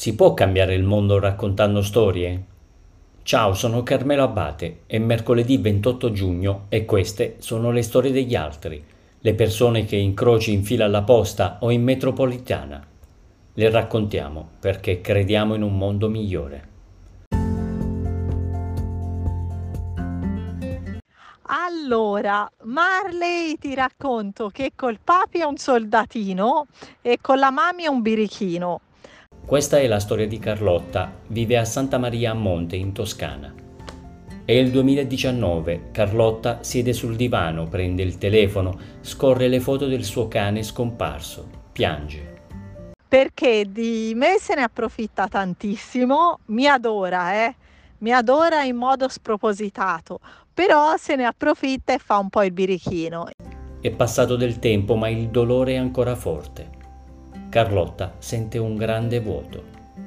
Si può cambiare il mondo raccontando storie? Ciao, sono Carmelo Abate, è mercoledì 28 giugno e queste sono le storie degli altri, le persone che incroci in fila alla posta o in metropolitana. Le raccontiamo perché crediamo in un mondo migliore. Allora, Marley ti racconto che col papi è un soldatino e con la mami è un birichino. Questa è la storia di Carlotta, vive a Santa Maria a Monte in Toscana. È il 2019, Carlotta siede sul divano, prende il telefono, scorre le foto del suo cane scomparso, piange. Perché di me se ne approfitta tantissimo, mi adora, mi adora in modo spropositato, però se ne approfitta e fa un po' il birichino. È passato del tempo, ma il dolore è ancora forte. Carlotta sente un grande vuoto.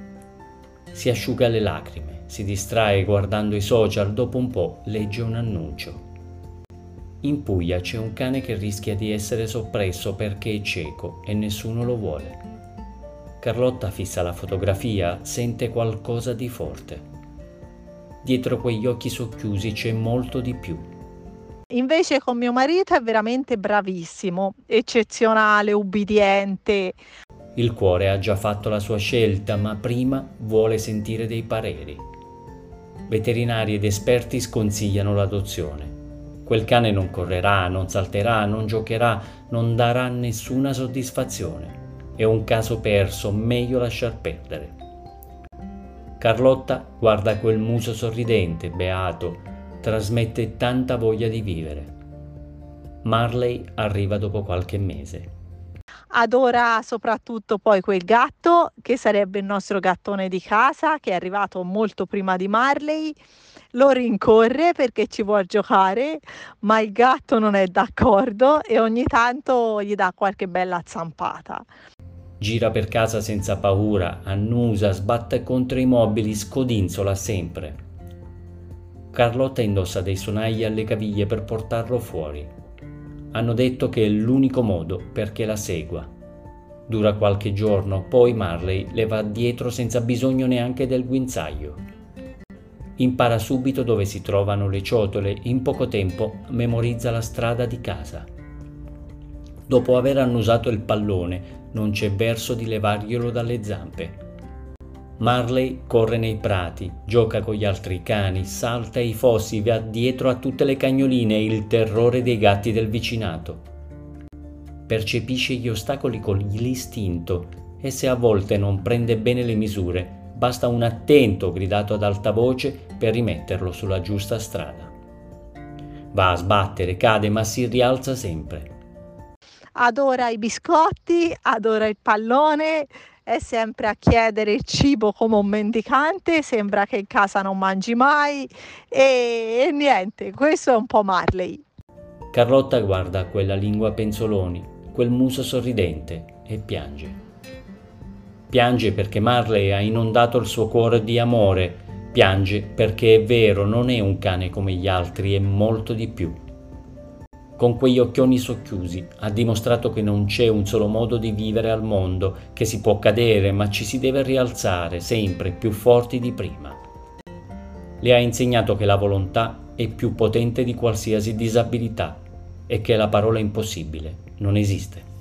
Si asciuga le lacrime, si distrae guardando i social, dopo un po' legge un annuncio. In Puglia c'è un cane che rischia di essere soppresso perché è cieco e nessuno lo vuole. Carlotta fissa la fotografia, sente qualcosa di forte. Dietro quegli occhi socchiusi c'è molto di più. Invece con mio marito è veramente bravissimo, eccezionale, ubbidiente. Il cuore ha già fatto la sua scelta, ma prima vuole sentire dei pareri. Veterinari ed esperti sconsigliano l'adozione. Quel cane non correrà, non salterà, non giocherà, non darà nessuna soddisfazione. È un caso perso, meglio lasciar perdere. Carlotta guarda quel muso sorridente, beato, trasmette tanta voglia di vivere. Marley arriva dopo qualche mese. Adora soprattutto poi quel gatto che sarebbe il nostro gattone di casa, che è arrivato molto prima di Marley. Lo rincorre perché ci vuol giocare, ma il gatto non è d'accordo e ogni tanto gli dà qualche bella zampata. Gira per casa senza paura, annusa, sbatte contro i mobili, scodinzola sempre. Carlotta indossa dei sonagli alle caviglie per portarlo fuori. Hanno detto che è l'unico modo perché la segua. Dura qualche giorno, poi Marley le va dietro senza bisogno neanche del guinzaglio. Impara subito dove si trovano le ciotole, in poco tempo memorizza la strada di casa. Dopo aver annusato il pallone, non c'è verso di levarglielo dalle zampe. Marley corre nei prati, gioca con gli altri cani, salta i fossi, va dietro a tutte le cagnoline, il terrore dei gatti del vicinato. Percepisce gli ostacoli con l'istinto e se a volte non prende bene le misure, basta un attento gridato ad alta voce per rimetterlo sulla giusta strada. Va a sbattere, cade, ma si rialza sempre. Adora i biscotti, adora il pallone, è sempre a chiedere il cibo come un mendicante, sembra che in casa non mangi mai e niente, questo è un po' Marley. Carlotta guarda quella lingua penzoloni, quel muso sorridente e piange. Piange perché Marley ha inondato il suo cuore di amore, piange perché è vero, non è un cane come gli altri, è molto di più. Con quegli occhioni socchiusi ha dimostrato che non c'è un solo modo di vivere al mondo, che si può cadere ma ci si deve rialzare sempre più forti di prima. Le ha insegnato che la volontà è più potente di qualsiasi disabilità e che la parola impossibile non esiste.